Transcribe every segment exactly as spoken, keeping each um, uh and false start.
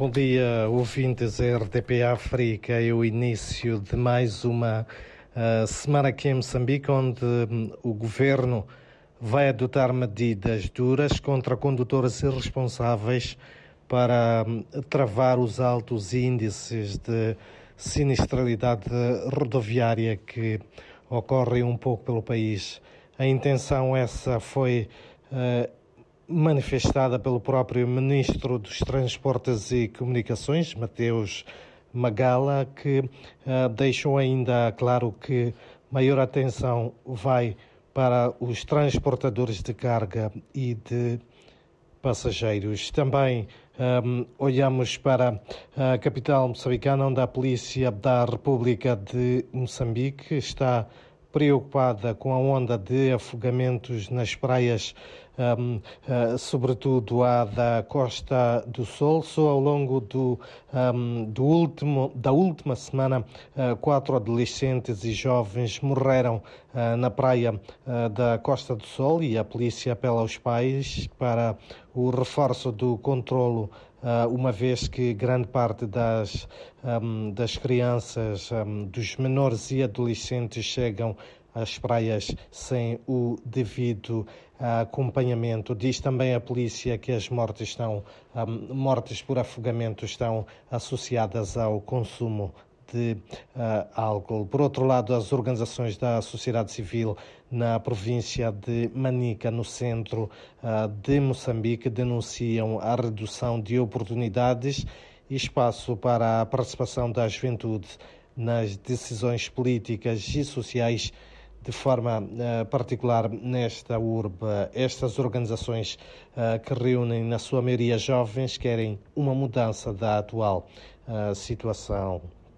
Bom dia, ouvintes da R T P África. É o início de mais uma uh, semana aqui em Moçambique, onde um, o governo vai adotar medidas duras contra condutores irresponsáveis para um, travar os altos índices de sinistralidade rodoviária que ocorrem um pouco pelo país. A intenção essa foi uh, manifestada pelo próprio Ministro dos Transportes e Comunicações, Mateus Magala, que uh, deixou ainda claro que maior atenção vai para os transportadores de carga e de passageiros. Também um, olhamos para a capital moçambicana, onde a Polícia da República de Moçambique está preocupada com a onda de afogamentos nas praias, um, uh, sobretudo a da Costa do Sol. Só ao longo do, um, do último, da última semana, uh, quatro adolescentes e jovens morreram uh, na praia uh, da Costa do Sol, e a polícia apela aos pais para o reforço do controlo, Uh, uma vez que grande parte das, um, das crianças, um, dos menores e adolescentes chegam às praias sem o devido uh, acompanhamento. Diz também a polícia que as mortes, estão, um, mortes por afogamento estão associadas ao consumo de uh, álcool. Por outro lado, as organizações da sociedade civil na província de Manica, no centro uh, de Moçambique, denunciam a redução de oportunidades e espaço para a participação da juventude nas decisões políticas e sociais, de forma uh, particular nesta urbe. Estas organizações uh, que reúnem na sua maioria jovens querem uma mudança da atual uh, situação.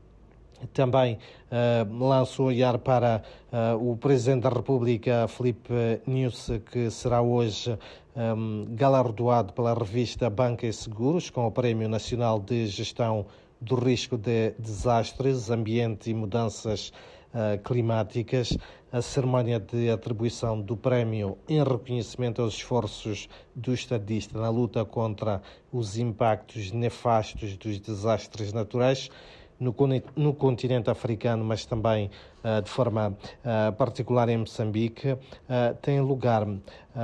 Também uh, lanço o olhar para uh, o Presidente da República, Filipe Nyusi, que será hoje um, galardoado pela revista Banca e Seguros com o Prémio Nacional de Gestão do Risco de Desastres, Ambiente e Mudanças uh, Climáticas. A cerimónia de atribuição do prémio em reconhecimento aos esforços do estadista na luta contra os impactos nefastos dos desastres naturais No, no continente africano, mas também uh, de forma uh, particular em Moçambique, uh, tem lugar uh,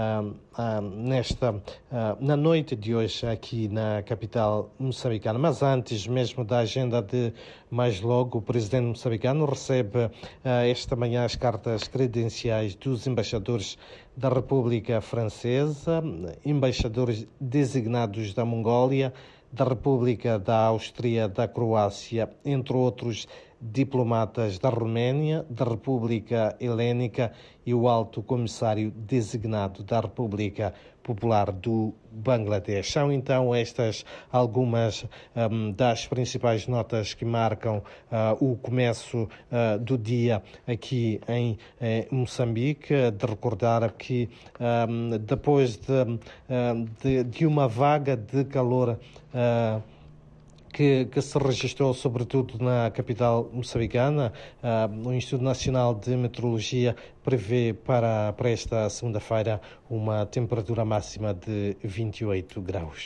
uh, nesta, uh, na noite de hoje aqui na capital moçambicana. Mas antes mesmo da agenda de mais logo, o presidente moçambicano recebe uh, esta manhã as cartas credenciais dos embaixadores da República Francesa, embaixadores designados da Mongólia, da República da Áustria, da Croácia, entre outros diplomatas da Roménia, da República Helénica e o alto comissário designado da República Popular do Bangladesh. São então estas algumas um, das principais notas que marcam uh, o começo uh, do dia aqui em eh, Moçambique. De recordar que um, depois de, uh, de, de uma vaga de calor uh, Que, que se registrou sobretudo na capital moçambicana, uh, o Instituto Nacional de Meteorologia prevê para, para esta segunda-feira uma temperatura máxima de vinte e oito graus.